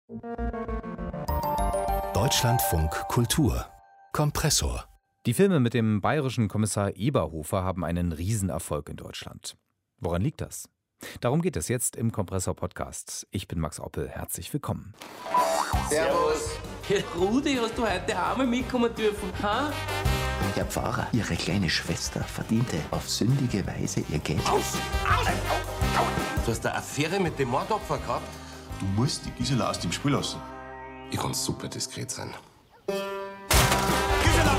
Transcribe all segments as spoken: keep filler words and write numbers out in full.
Deutschlandfunk Kultur Kompressor. Die Filme mit dem bayerischen Kommissar Eberhofer haben einen Riesenerfolg in Deutschland. Woran liegt das? Darum geht es jetzt im Kompressor-Podcast. Ich bin Max Oppel, herzlich willkommen. Servus. Herr Rudi, hast du heute einmal mitkommen dürfen? Ha? Herr Pfarrer, Ihre kleine Schwester verdiente auf sündige Weise ihr Geld. Aus! Aus! Du hast eine Affäre mit dem Mordopfer gehabt? Du musst die Gisela aus dem Spiel lassen. Ich kann super diskret sein. Gisela!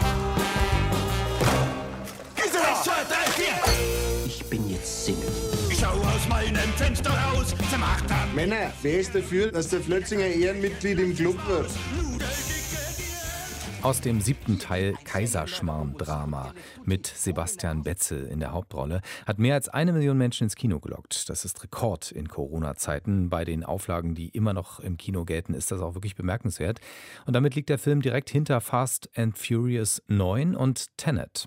Gisela! eins, zwei, drei, vier! Ich bin jetzt Single. Ich schau aus meinem Fenster raus zum Achtern. Männer, wer ist dafür, dass der Flötzinger Ehrenmitglied im Club wird? Aus dem siebten Teil Kaiserschmarrn-Drama mit Sebastian Betzel in der Hauptrolle hat mehr als eine Million Menschen ins Kino gelockt. Das ist Rekord in Corona-Zeiten. Bei den Auflagen, die immer noch im Kino gelten, ist das auch wirklich bemerkenswert. Und damit liegt der Film direkt hinter Fast and Furious neun und Tenet.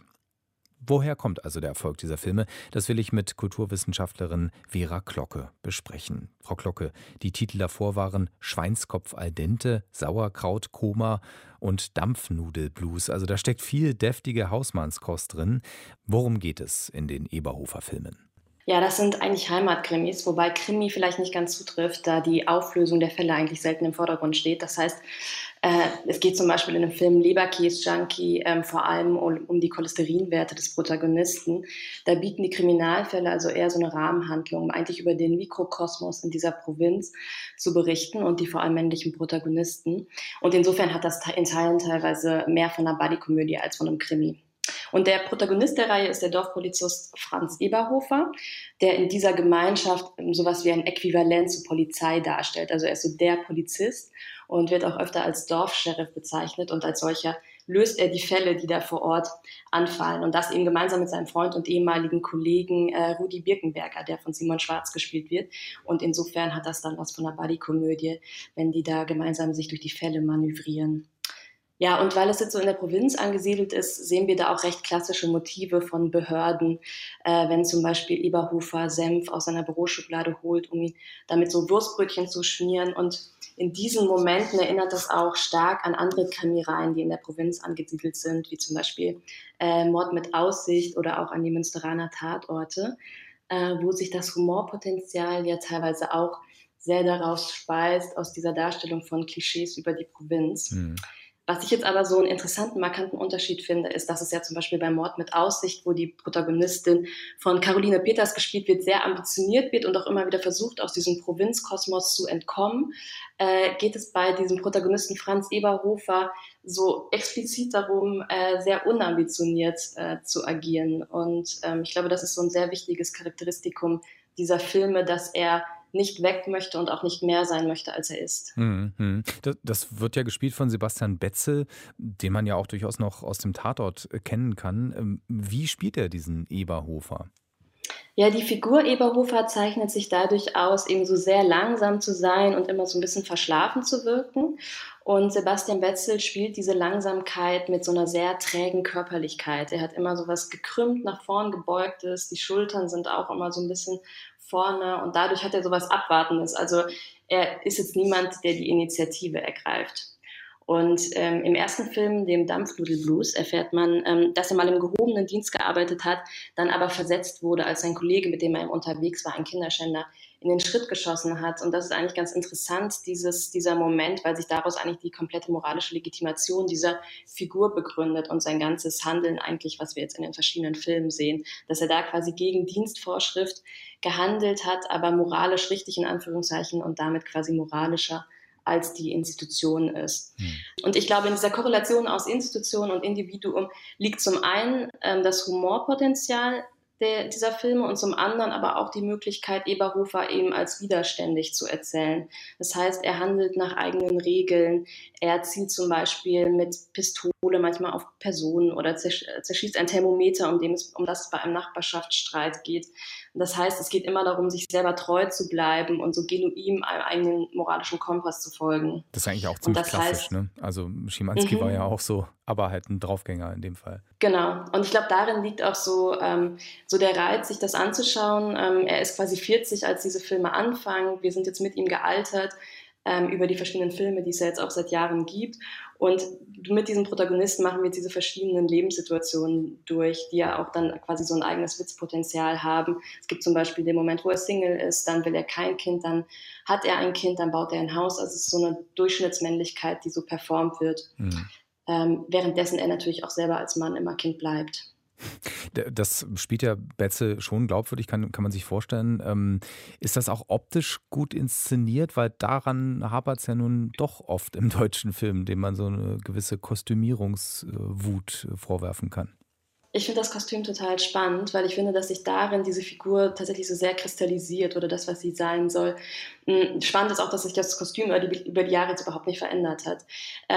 Woher kommt also der Erfolg dieser Filme? Das will ich mit Kulturwissenschaftlerin Vera Klocke besprechen. Frau Klocke, die Titel davor waren Schweinskopf al dente, Sauerkrautkoma und Dampfnudelblues. Also da steckt viel deftige Hausmannskost drin. Worum geht es in den Eberhofer-Filmen? Ja, das sind eigentlich Heimatkrimis, wobei Krimi vielleicht nicht ganz zutrifft, da die Auflösung der Fälle eigentlich selten im Vordergrund steht. Das heißt, äh, es geht zum Beispiel in dem Film Leberkäse-Junkie ähm, vor allem um, um die Cholesterinwerte des Protagonisten. Da bieten die Kriminalfälle also eher so eine Rahmenhandlung, um eigentlich über den Mikrokosmos in dieser Provinz zu berichten und die vor allem männlichen Protagonisten. Und insofern hat das in Teilen teilweise mehr von einer Buddy-Komödie als von einem Krimi. Und der Protagonist der Reihe ist der Dorfpolizist Franz Eberhofer, der in dieser Gemeinschaft sowas wie ein Äquivalent zur Polizei darstellt. Also er ist so der Polizist und wird auch öfter als Dorfscheriff bezeichnet. Und als solcher löst er die Fälle, die da vor Ort anfallen. Und das eben gemeinsam mit seinem Freund und ehemaligen Kollegen äh, Rudi Birkenberger, der von Simon Schwarz gespielt wird. Und insofern hat das dann was von einer Buddy-Komödie, wenn die da gemeinsam sich durch die Fälle manövrieren. Ja, und weil es jetzt so in der Provinz angesiedelt ist, sehen wir da auch recht klassische Motive von Behörden, äh, wenn zum Beispiel Eberhofer Senf aus seiner Büroschublade holt, um ihn damit so Wurstbrötchen zu schmieren. Und in diesen Momenten erinnert das auch stark an andere Krimireihen, die in der Provinz angesiedelt sind, wie zum Beispiel äh, Mord mit Aussicht oder auch an die Münsteraner Tatorte, äh, wo sich das Humorpotenzial ja teilweise auch sehr daraus speist, aus dieser Darstellung von Klischees über die Provinz. Mhm. Was ich jetzt aber so einen interessanten, markanten Unterschied finde, ist, dass es ja zum Beispiel bei Mord mit Aussicht, wo die Protagonistin von Caroline Peters gespielt wird, sehr ambitioniert wird und auch immer wieder versucht, aus diesem Provinzkosmos zu entkommen, äh, geht es bei diesem Protagonisten Franz Eberhofer so explizit darum, äh, sehr unambitioniert äh, zu agieren. Und ähm, ich glaube, das ist so ein sehr wichtiges Charakteristikum dieser Filme, dass er nicht weg möchte und auch nicht mehr sein möchte, als er ist. Mhm. Das, das wird ja gespielt von Sebastian Betzel, den man ja auch durchaus noch aus dem Tatort kennen kann. Wie spielt er diesen Eberhofer? Ja, die Figur Eberhofer zeichnet sich dadurch aus, eben so sehr langsam zu sein und immer so ein bisschen verschlafen zu wirken. Und Sebastian Betzel spielt diese Langsamkeit mit so einer sehr trägen Körperlichkeit. Er hat immer so was gekrümmt, nach vorn gebeugtes, die Schultern sind auch immer so ein bisschen vorne und dadurch hat er so was Abwartendes. Also er ist jetzt niemand, der die Initiative ergreift. Und ähm, im ersten Film, dem Dampfnudelblues, erfährt man, ähm, dass er mal im gehobenen Dienst gearbeitet hat, dann aber versetzt wurde, als sein Kollege, mit dem er unterwegs war, ein Kinderschänder, in den Schritt geschossen hat. Und das ist eigentlich ganz interessant, dieses, dieser Moment, weil sich daraus eigentlich die komplette moralische Legitimation dieser Figur begründet und sein ganzes Handeln eigentlich, was wir jetzt in den verschiedenen Filmen sehen, dass er da quasi gegen Dienstvorschrift gehandelt hat, aber moralisch richtig in Anführungszeichen und damit quasi moralischer als die Institution ist. Hm. Und ich glaube, in dieser Korrelation aus Institution und Individuum liegt zum einen ähm, das Humorpotenzial der, dieser Filme und zum anderen aber auch die Möglichkeit, Eberhofer eben als widerständig zu erzählen. Das heißt, er handelt nach eigenen Regeln, er zielt zum Beispiel mit Pistole manchmal auf Personen oder zersch- zerschießt ein Thermometer, um, dem es, um das es bei einem Nachbarschaftsstreit geht. Das heißt, es geht immer darum, sich selber treu zu bleiben und so genuin einem eigenen moralischen Kompass zu folgen. Das ist eigentlich auch ziemlich klassisch, heißt, ne? Also Schimanski mhm. war ja auch so, aber halt ein Draufgänger in dem Fall. Genau. Und ich glaube, darin liegt auch so, ähm, so der Reiz, sich das anzuschauen. Ähm, er ist quasi vierzig, als diese Filme anfangen. Wir sind jetzt mit ihm gealtert. ähm, über die verschiedenen Filme, die es ja jetzt auch seit Jahren gibt. Und mit diesen Protagonisten machen wir diese verschiedenen Lebenssituationen durch, die ja auch dann quasi so ein eigenes Witzpotenzial haben. Es gibt zum Beispiel den Moment, wo er Single ist, dann will er kein Kind, dann hat er ein Kind, dann baut er ein Haus. Also es ist so eine Durchschnittsmännlichkeit, die so performt wird, mhm. ähm, währenddessen er natürlich auch selber als Mann immer Kind bleibt. Das spielt ja Betze schon glaubwürdig, kann, kann man sich vorstellen. Ähm, ist das auch optisch gut inszeniert? Weil daran hapert es ja nun doch oft im deutschen Film, dem man so eine gewisse Kostümierungswut vorwerfen kann. Ich finde das Kostüm total spannend, weil ich finde, dass sich darin diese Figur tatsächlich so sehr kristallisiert oder das, was sie sein soll. Spannend ist auch, dass sich das Kostüm über die, über die Jahre jetzt überhaupt nicht verändert hat.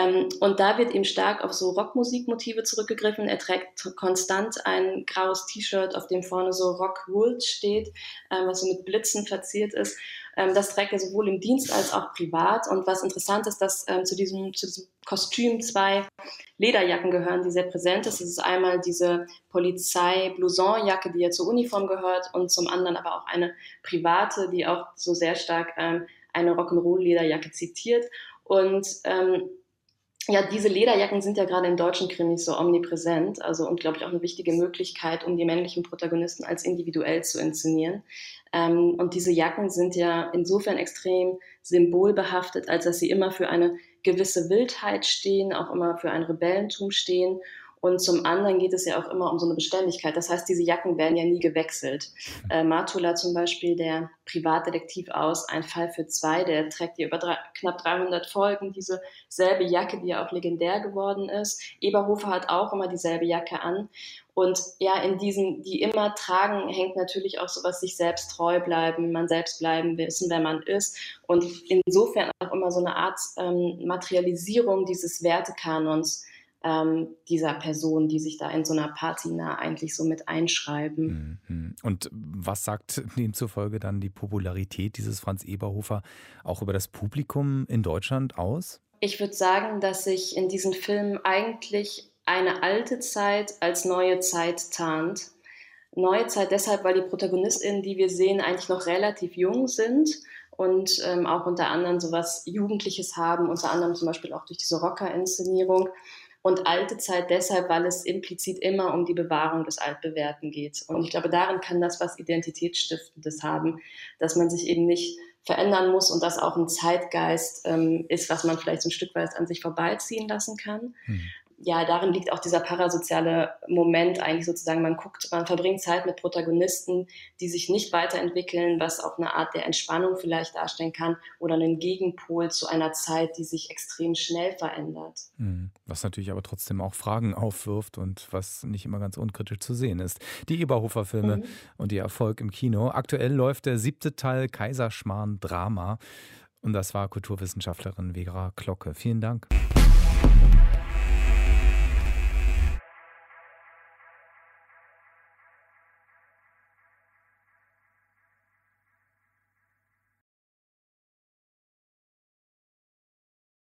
Und da wird eben stark auf so Rockmusikmotive zurückgegriffen. Er trägt konstant ein graues T-Shirt, auf dem vorne so Rock Wool steht, was so mit Blitzen verziert ist. Das trägt er sowohl im Dienst als auch privat. Und was interessant ist, dass ähm, zu, diesem, zu diesem Kostüm zwei Lederjacken gehören, die sehr präsent ist. Das ist einmal diese Polizei-Blouson-Jacke, die ja zur Uniform gehört, und zum anderen aber auch eine private, die auch so sehr stark ähm, eine Rock'n'Roll-Lederjacke zitiert. Und ähm, ja, diese Lederjacken sind ja gerade in deutschen Krimis so omnipräsent, also und glaube ich auch eine wichtige Möglichkeit, um die männlichen Protagonisten als individuell zu inszenieren. Ähm, und diese Jacken sind ja insofern extrem symbolbehaftet, als dass sie immer für eine gewisse Wildheit stehen, auch immer für ein Rebellentum stehen. Und zum anderen geht es ja auch immer um so eine Beständigkeit. Das heißt, diese Jacken werden ja nie gewechselt. Äh, Matula zum Beispiel, der Privatdetektiv aus Ein Fall für zwei, der trägt hier über drei, knapp dreihundert Folgen diese selbe Jacke, die ja auch legendär geworden ist. Eberhofer hat auch immer dieselbe Jacke an. Und ja, in diesen, die immer tragen, hängt natürlich auch sowas, sich selbst treu bleiben, man selbst bleiben, wissen, wer man ist. Und insofern auch immer so eine Art ähm, Materialisierung dieses Wertekanons ähm, dieser Person, die sich da in so einer Patina eigentlich so mit einschreiben. Und was sagt demzufolge dann die Popularität dieses Franz Eberhofer auch über das Publikum in Deutschland aus? Ich würde sagen, dass sich in diesen Filmen eigentlich eine alte Zeit als neue Zeit tarnt. Neue Zeit deshalb, weil die ProtagonistInnen, die wir sehen, eigentlich noch relativ jung sind und ähm, auch unter anderem sowas Jugendliches haben, unter anderem zum Beispiel auch durch diese Rocker-Inszenierung. Und alte Zeit deshalb, weil es implizit immer um die Bewahrung des Altbewährten geht. Und ich glaube, darin kann das was Identitätsstiftendes haben, dass man sich eben nicht verändern muss und das auch ein Zeitgeist ähm, ist, was man vielleicht so ein Stück weit an sich vorbeiziehen lassen kann. Hm. Ja, darin liegt auch dieser parasoziale Moment eigentlich sozusagen, man guckt, man verbringt Zeit mit Protagonisten, die sich nicht weiterentwickeln, was auch eine Art der Entspannung vielleicht darstellen kann oder einen Gegenpol zu einer Zeit, die sich extrem schnell verändert. Was natürlich aber trotzdem auch Fragen aufwirft und was nicht immer ganz unkritisch zu sehen ist. Die Eberhofer-Filme mhm. und ihr Erfolg im Kino. Aktuell läuft der siebte Teil Kaiserschmarrn Drama und das war Kulturwissenschaftlerin Vera Glocke. Vielen Dank.